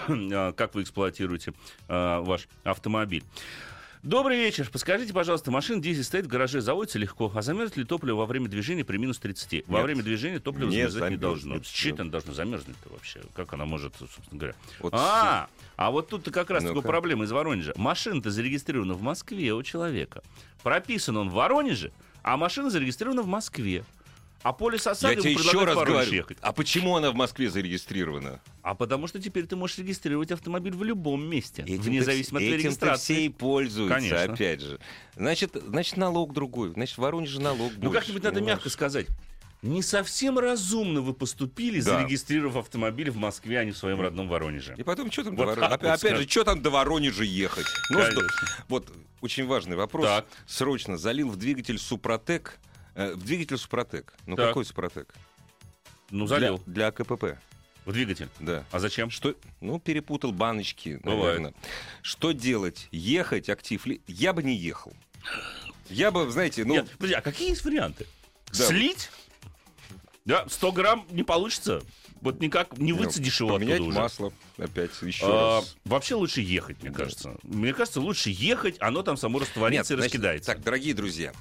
C: как вы эксплуатируете ваш автомобиль. Добрый вечер. Подскажите, пожалуйста, машина дизель стоит в гараже, заводится легко, а замерзнет ли топливо во время движения при минус 30? Во
B: Нет.
C: время движения топливо
B: Не
C: замерзать не
B: замерзнет.
C: должно. С чего оно должно замерзнуть-то вообще? Как она может, собственно говоря?
B: Вот
C: А вот тут-то как раз
B: Ну-ка.
C: такая проблема из Воронежа. Машина-то зарегистрирована в Москве у человека. Прописан он в Воронеже, а машина зарегистрирована в Москве. А полис
B: Я
C: осады
B: тебе
C: ему
B: еще
C: предлагают в
B: раз
C: Воронеж
B: говорю.
C: ехать.
B: А почему она в Москве зарегистрирована?
C: А потому что теперь ты можешь регистрировать автомобиль в любом месте, вне
B: Этим-то
C: зависимости от
B: все
C: регистрации.
B: и пользуются,
C: Конечно.
B: опять же. Значит, налог другой. Значит, в Воронеже налог больше.
C: Ну, как-нибудь надо
B: Ну,
C: мягко сказать. Не совсем разумно вы поступили,
B: Да.
C: зарегистрировав автомобиль в Москве, а не в своем родном Воронеже.
B: И потом, что там
C: Вот
B: до Воронежа?
C: так вот
B: Опять же,
C: скажем.
B: что там до Воронежа ехать? Ну,
C: Конечно.
B: вот, очень важный вопрос.
C: Так.
B: Срочно залил в двигатель Супротек. В двигатель Супротек. Ну,
C: Так.
B: какой Супротек?
C: Ну, залил
B: Для АКПП.
C: в двигатель.
B: Да.
C: А зачем?
B: Что? Ну, перепутал баночки,
C: Бывает.
B: наверное. Что делать? Ехать, актив ли? Я бы не ехал. Я бы, знаете, ну...
C: Нет, подожди, а какие есть варианты?
B: Да.
C: Слить? Да, 100 грамм не получится. Вот никак не выцедишь его
B: поменять
C: оттуда уже.
B: масло опять еще
C: А,
B: раз.
C: вообще лучше ехать, мне кажется. Мне кажется, лучше ехать, оно там само растворится и
B: Значит,
C: раскидается.
B: Так, дорогие друзья,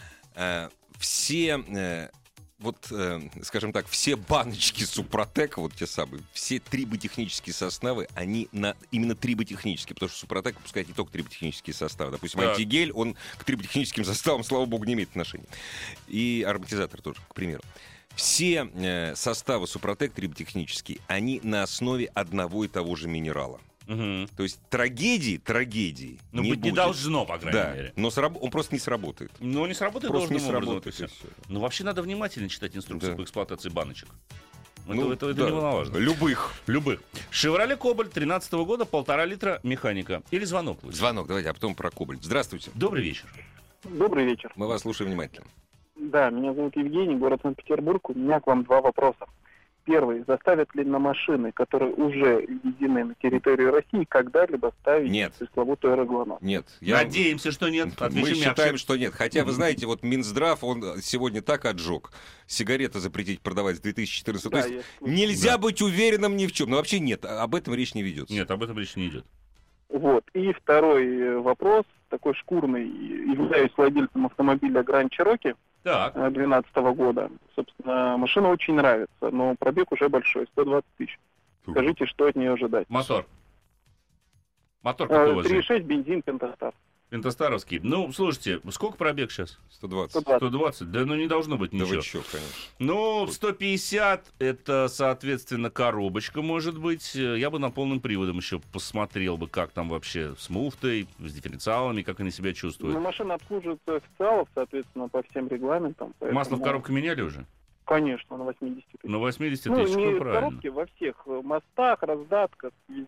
B: все, скажем так, все баночки Супротека, вот те самые, все триботехнические составы, они именно триботехнические, потому что Супротек выпускает не только триботехнические составы. Допустим,
C: Так.
B: антигель, он к триботехническим составам, слава богу, не имеет отношения. И ароматизатор тоже, к примеру. Все составы Супротек триботехнические, они на основе одного и того же минерала.
C: Мгм.
B: То есть трагедии
C: Ну,
B: не
C: быть не
B: будет.
C: должно, по крайней
B: Да,
C: мере.
B: но он просто не сработает.
C: Но не сработает
B: Просто не
C: должным образом.
B: сработает,
C: это
B: и
C: всё.
B: всё.
C: Ну, вообще надо внимательно читать инструкции
B: Да.
C: по эксплуатации баночек.
B: Ну,
C: это
B: да,
C: немаловажно.
B: Любых.
C: Любых. «Шевроле Кобальт» 13 года, 1,5 литра, механика. Или звонок. Лучше.
B: Звонок, давайте, а потом про Кобальт. Здравствуйте.
C: Добрый вечер.
D: Добрый вечер.
B: Мы вас слушаем внимательно.
D: Да, меня зовут Евгений, город Санкт-Петербург. У меня к вам два вопроса. Первый. Заставят ли на машины, которые уже введены на территорию России, когда-либо ставить
B: Нет.
D: пресловутую эроглону?
B: Нет.
C: Надеемся, что нет.
B: Мы
C: Отвечу
B: считаем,
C: мягче.
B: что нет. Хотя, вы знаете, вот Минздрав, он сегодня так отжег. Сигареты запретить продавать с 2014
D: Да,
B: То есть
D: я слышал.
B: нельзя быть уверенным ни в чем. Но вообще нет, об этом речь не ведется.
C: Нет, об этом речь не идет.
D: Вот. И второй вопрос, такой шкурный. Являюсь владельцем автомобиля Grand Cherokee
C: Так.
D: 2012 года. Собственно, машина очень нравится, но пробег уже большой, 120 тысяч. Скажите, что от нее ожидать?
C: Мотор. Мотор какой у вас?
D: 3.6, бензин, пентастар.
C: Пентастаровский. Ну, слушайте, сколько пробег сейчас?
B: 120.
D: 120.
C: 120? Да ну не должно быть
B: Да
C: ничего.
B: вы чё, конечно.
C: Ну, 150 это, соответственно, коробочка, может быть. Я бы на полным приводом еще посмотрел бы, как там вообще с муфтой, с дифференциалами, как они себя чувствуют.
D: Ну, машина обслуживается официалов, соответственно, по всем регламентам.
C: Масло в
D: поэтому,
C: коробку меняли уже?
D: Конечно, на 80 тысяч.
C: На 80
D: Ну,
C: тысяч,
D: не
C: ну
D: в
C: правильно.
D: коробке, во всех мостах, раздатках, везде.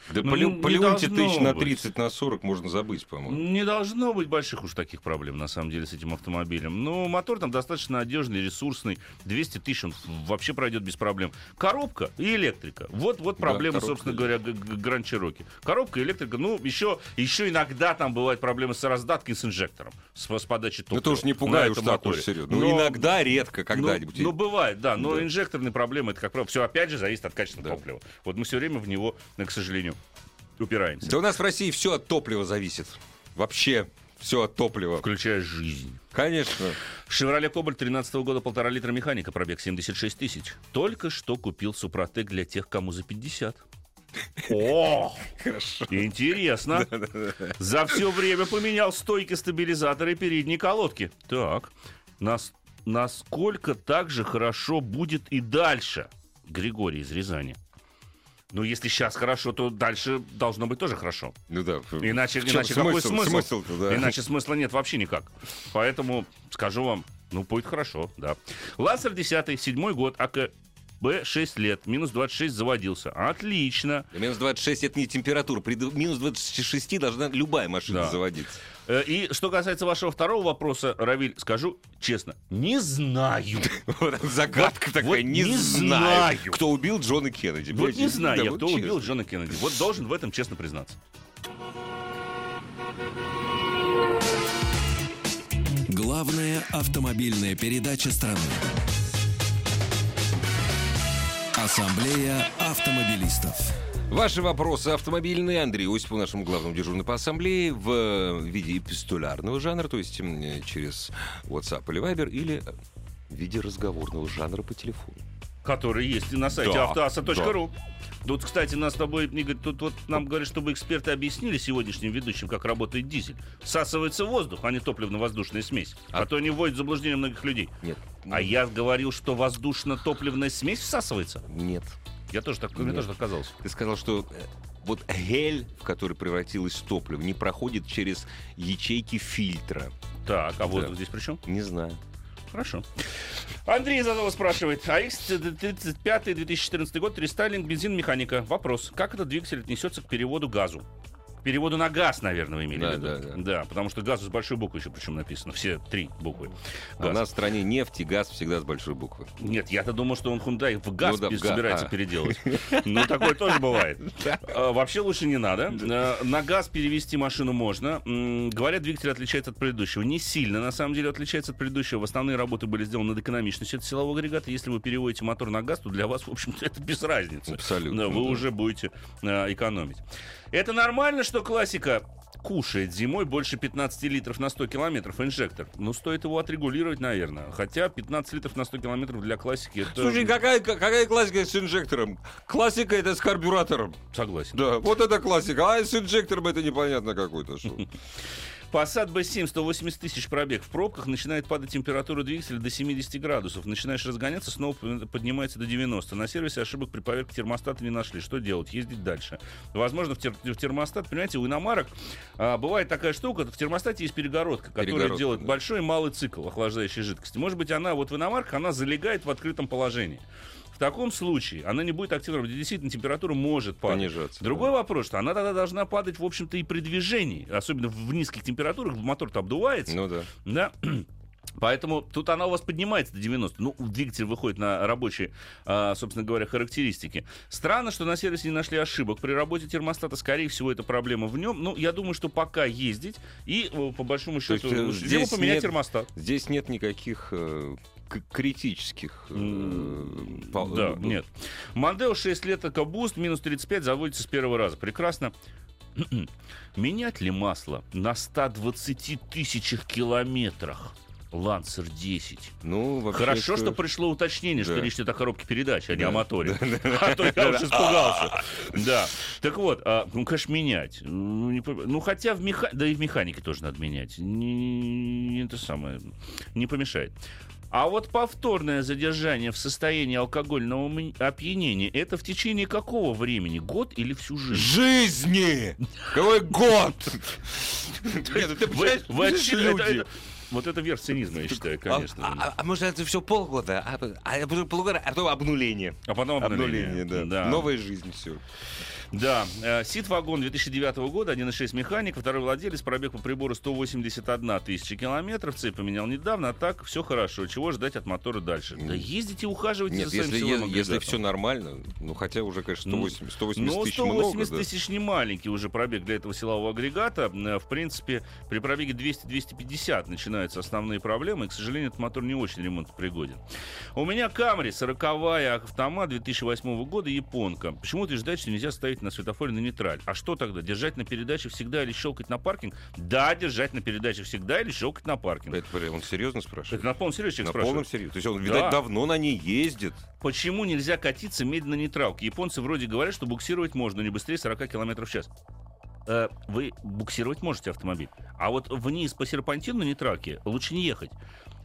B: Да
C: Ну,
B: полеонте
C: не
B: тысяч на
C: должно быть.
B: 30, на 40 можно забыть, по-моему.
C: Не должно быть больших уж таких проблем, на самом деле, с этим автомобилем. Но мотор там достаточно надежный, ресурсный. 200 тысяч он вообще пройдет без проблем. Коробка и электрика. Вот проблемы,
B: коробка,
C: собственно говоря, Гранд Чироки. Коробка и электрика. Ну, еще иногда там бывают проблемы с раздаткой, с инжектором, с подачей топлива.
B: Ну, ты уж не
C: на
B: пугай уж
C: этом
B: так
C: моторе.
B: уж серьезно. Ну, иногда, редко, когда-нибудь.
C: Ну, бывает, да. Но
B: Да.
C: инжекторные проблемы, это, как правило, все опять же зависит от качества
B: Да.
C: топлива. Вот мы все время в него, к сожалению, упираемся.
B: Да у нас в России все от топлива зависит. Вообще все от топлива.
C: Включая жизнь.
B: Конечно.
C: «Шевроле Кобальт» 13 года, 1,5 литра механика, пробег 76 тысяч. Только что купил Супротек для тех, кому за 50. О,
B: Хорошо.
C: интересно. За все время поменял стойки, стабилизаторы и передние колодки. Так, насколько так же хорошо будет и дальше? Григорий из Рязани. Ну, если сейчас хорошо, то дальше должно быть тоже хорошо.
B: Ну да.
C: Иначе
B: В чем
C: какой смысл?
B: Смысл-то, да.
C: Иначе смысла нет вообще никак. Поэтому скажу вам, будет хорошо, да. Лансер 10, 7-й год, АКБ 6 лет, минус 26 заводился. Отлично.
B: Минус 26 это не температура. При минус 26 должна любая машина
C: Да.
B: заводиться.
C: И что касается вашего второго вопроса, Равиль, скажу честно, не знаю.
B: Вот загадка такая,
C: Вот
B: не
C: не
B: знаю.
C: знаю.
B: Кто убил Джона Кеннеди.
C: Вот
B: Понимаете?
C: не знаю
B: Да,
C: я,
B: вот
C: кто
B: честно.
C: убил Джона Кеннеди. Вот должен в этом честно признаться.
A: Главная автомобильная передача страны. Ассамблея автомобилистов.
B: Ваши вопросы автомобильные. Андрей Осипов, нашему главному дежурному по ассамблее, в виде эпистолярного жанра, то есть через WhatsApp или Viber, или в виде разговорного жанра по телефону.
C: Который есть и на сайте
B: Да,
C: автоаса.ру. Тут, кстати, нас с тобой, Игорь, тут вот нам говорят, чтобы эксперты объяснили сегодняшним ведущим, как работает дизель. Всасывается воздух, а не топливно-воздушная смесь. А то они вводят в заблуждение многих людей.
B: Нет.
C: А я говорил, что воздушно-топливная смесь всасывается.
B: Нет.
C: Мне тоже так казалось.
B: Ты сказал, что вот гель, в который превратилось топливо, не проходит через ячейки фильтра.
C: Так, а воздух здесь при чем?
B: Не знаю.
C: Хорошо. Андрей из Азова спрашивает. АХ-35, 2014 год, рестайлинг, бензин, механика. Вопрос. Как этот двигатель отнесется к переводу газу? К переводу на газ, наверное, вы имели в виду. Да, потому что газу с большой буквы еще причем написано. Все 3 буквы.
B: А у нас в стране нефть и газ всегда с большой буквы.
C: Нет, я-то думал, что он Hyundai в газ собирается
B: а.
C: переделать. Ну, такое тоже бывает. Вообще лучше не надо. На газ перевести машину можно. Говорят, двигатель отличается от предыдущего. Не сильно, на самом деле, отличается от предыдущего. Основные работы были сделаны над экономичностью этого силового агрегата. Если вы переводите мотор на газ, то для вас, в общем-то, это без разницы.
B: Абсолютно.
C: Вы уже будете экономить. Это нормально, что классика кушает зимой больше 15 литров на 100 километров инжектор? Ну, стоит его отрегулировать, наверное. Хотя 15 литров на 100 километров для классики это...
B: Слушай, какая классика с инжектором? Классика это с карбюратором.
C: Согласен.
B: Да, вот это классика. А с инжектором это непонятно какой-то.
C: Passat B7, 180 тысяч пробег. В пробках начинает падать температура двигателя до 70 градусов. Начинаешь разгоняться, снова поднимается до 90. На сервисе ошибок при поверке термостата не нашли. Что делать? Ездить дальше. Возможно, в термостат, понимаете, у иномарок бывает такая штука, в термостате есть перегородка, которая делает большой и малый цикл охлаждающей жидкости. Может быть, она вот в иномарках, она залегает в открытом положении. В таком случае она не будет активно работать. Действительно, температура может падать.
B: Понижаться.
C: Другой вопрос, что она тогда должна падать, в общем-то, и при движении. Особенно в низких температурах. Мотор-то обдувается.
B: Ну да.
C: Да. Поэтому тут она у вас поднимается до 90. Ну, двигатель выходит на рабочие, собственно говоря, характеристики. Странно, что на сервисе не нашли ошибок. При работе термостата, скорее всего, это проблема в нем. Ну, я думаю, что пока ездить и, по большому счету, либо поменять термостат.
B: Здесь нет никаких критических...
C: Да, нет. Мандео 6 лет, EcoBoost, минус 35, заводится с первого раза. Прекрасно. Менять ли масло на 120 тысячах километрах? Лансер 10.
B: Ну, вообще,
C: хорошо, что пришло уточнение, что речь идет о коробке передач, а не о моторе.
B: Да.
C: А то я уже испугался. Да. Так вот, конечно, менять. Ну, хотя да и в механике тоже надо менять. Это самое. Не помешает. А вот повторное задержание в состоянии алкогольного опьянения, это в течение какого времени? Год или всю жизнь?
B: Жизни! Какой год? Нет, ты представляешь, люди.
C: Вот это верх цинизма, я считаю, конечно.
B: А может, это все полгода, а полгода, а потом обнуление.
C: А потом обнуление,
B: да. Новая жизнь, все.
C: Да, Сит-вагон 2009 года, 1.6 механик, второй владелец, пробег по прибору 181 тысяча километров, цепь поменял недавно, а так все хорошо. Чего ждать от мотора дальше? Да ездите, ухаживайте за своим силовым агрегатом.
B: Если все нормально, ну хотя уже, конечно, 180 тысяч
C: 180
B: много.
C: 180 тысяч не маленький уже пробег для этого силового агрегата. В принципе, при пробеге 200-250 начинаются основные проблемы, и, к сожалению, этот мотор не очень ремонтопригоден. У меня Camry, 40-я автомат 2008 года, японка. Почему утверждать, что нельзя ставить на светофоре на нейтраль? А что тогда? Держать на передаче всегда или щелкать на паркинг? Да, держать на передаче всегда или щелкать на паркинг.
B: Это он серьезно спрашивает?
C: Это на полном серьезе человек спрашивает.
B: На полном серьезе. То есть он, видать, давно на ней ездит.
C: Почему нельзя катиться медленно на нейтралке? Японцы вроде говорят, что буксировать можно, но не быстрее 40 км в час. Вы буксировать можете автомобиль. А вот вниз по серпантину на нейтралке лучше не ехать.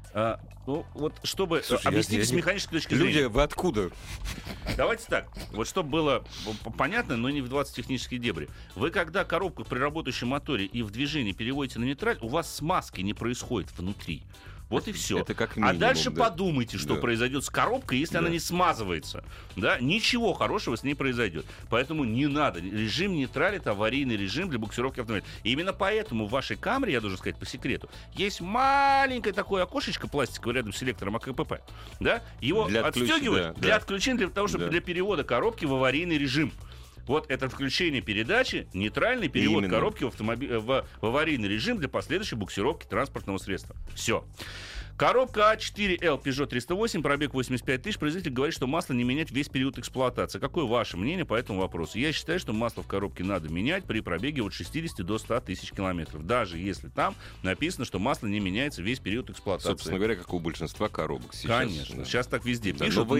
C: Ну, вот чтобы объяснить с механической точки зрения.
B: Люди, вы откуда?
C: Давайте так. Вот чтобы было понятно, но не вдаваться в технические дебри. Вы когда коробку при работающем моторе и в движении переводите на нейтраль, у вас смазки не происходит внутри. Вот и все.
B: Это как минимум,
C: а дальше подумайте, что произойдет с коробкой, если она не смазывается. Да? Ничего хорошего с ней произойдет. Поэтому не надо. Режим нейтраль — это аварийный режим для буксировки автомобиля. И именно поэтому в вашей Camry, я должен сказать по секрету, есть маленькое такое окошечко пластиковое рядом с селектором АКПП. Да? Его отстегивают для отключения, для того, чтобы для перевода коробки в аварийный режим. Вот это включение передачи, нейтральный перевод коробки в аварийный режим для последующей буксировки транспортного средства. Все. Коробка А4L Peugeot 308, пробег 85 тысяч. Производитель говорит, что масло не менять весь период эксплуатации. Какое ваше мнение по этому вопросу? Я считаю, что масло в коробке надо менять при пробеге от 60 до 100 тысяч километров. Даже если там написано, что масло не меняется весь период эксплуатации.
B: Собственно говоря, как у большинства коробок сейчас.
C: Конечно. Сейчас так везде пишут,
B: но...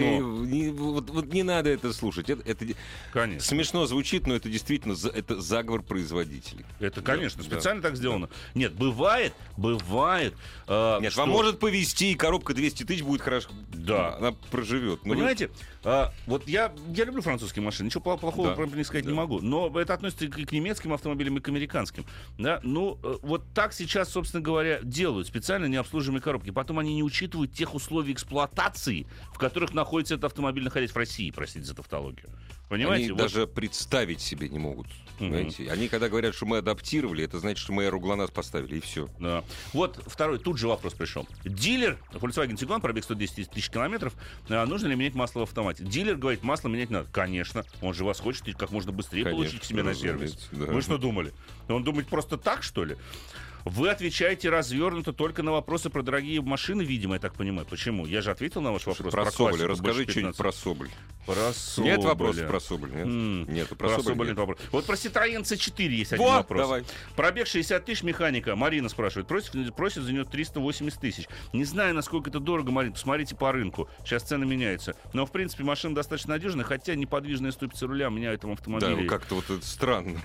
B: не надо это слушать. Это смешно звучит, но это действительно это заговор производителей.
C: Это, конечно, специально так сделано. Нет, бывает.
B: Нет, вам может повезти, и коробка 200 тысяч будет хорошо.
C: Да.
B: Она проживет.
C: Понимаете, вот я люблю французские машины, ничего плохого про них сказать не могу. Но это относится и к немецким автомобилям, и к американским. Да? Ну, вот так сейчас, собственно говоря, делают специально необслуживаемые коробки. Потом они не учитывают тех условий эксплуатации, в которых находится этот автомобиль, находясь в России, простите за тавтологию. Понимаете?
B: Они даже представить себе не могут. Понимаете? Они, когда говорят, что мы адаптировали, это значит, что мы ГЛОНАСС поставили, и все.
C: Да. Вот второй, тут же вопрос пришел. Дилер, Volkswagen Tiguan, пробег 110 тысяч километров, нужно ли менять масло в автомате? Дилер говорит, масло менять надо. Конечно. Он же вас хочет как можно быстрее получить к себе на сервис. Да. Вы что думали? Он думает просто так, что ли? Вы отвечаете развернуто только на вопросы про дорогие машины, видимо, я так понимаю. Почему? Я же ответил на ваш вопрос.
B: Про Соболь. Расскажи что-нибудь про Соболь.
C: Про Соболь.
B: Нет вопросов про Соболь? Нет, про Соболь нет.
C: Вот про Citroёn C4 есть один вопрос.
B: Давай.
C: Пробег 60 тысяч, механика. Марина спрашивает. Просит за нее 380 тысяч. Не знаю, насколько это дорого, Марина. Посмотрите по рынку. Сейчас цены меняются. Но, в принципе, машина достаточно надежная, хотя неподвижная ступица руля меня в этом автомобиле.
B: Да, как-то вот это странно.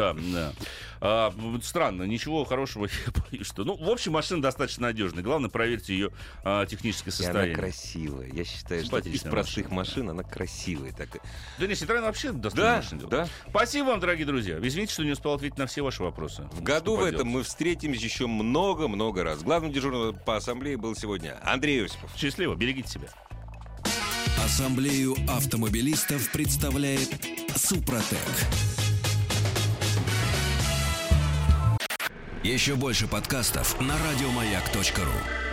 C: Да. Странно. Ничего хорошего я боюсь, что... Ну, в общем, машина достаточно надежная. Главное, проверьте ее техническое состояние.
B: И она красивая. Я считаю, что из простых машин она красивая. Так...
C: Да нет, Citroёn вообще достойная машина. Да. Спасибо вам, дорогие друзья. Извините, что не успел ответить на все ваши вопросы.
B: В году в этом мы встретимся еще много-много раз. Главным дежурным по ассамблее был сегодня Андрей Осипов.
C: Счастливо, берегите себя.
A: Ассамблею автомобилистов представляет Супротек. Еще больше подкастов на радиомаяк.ру.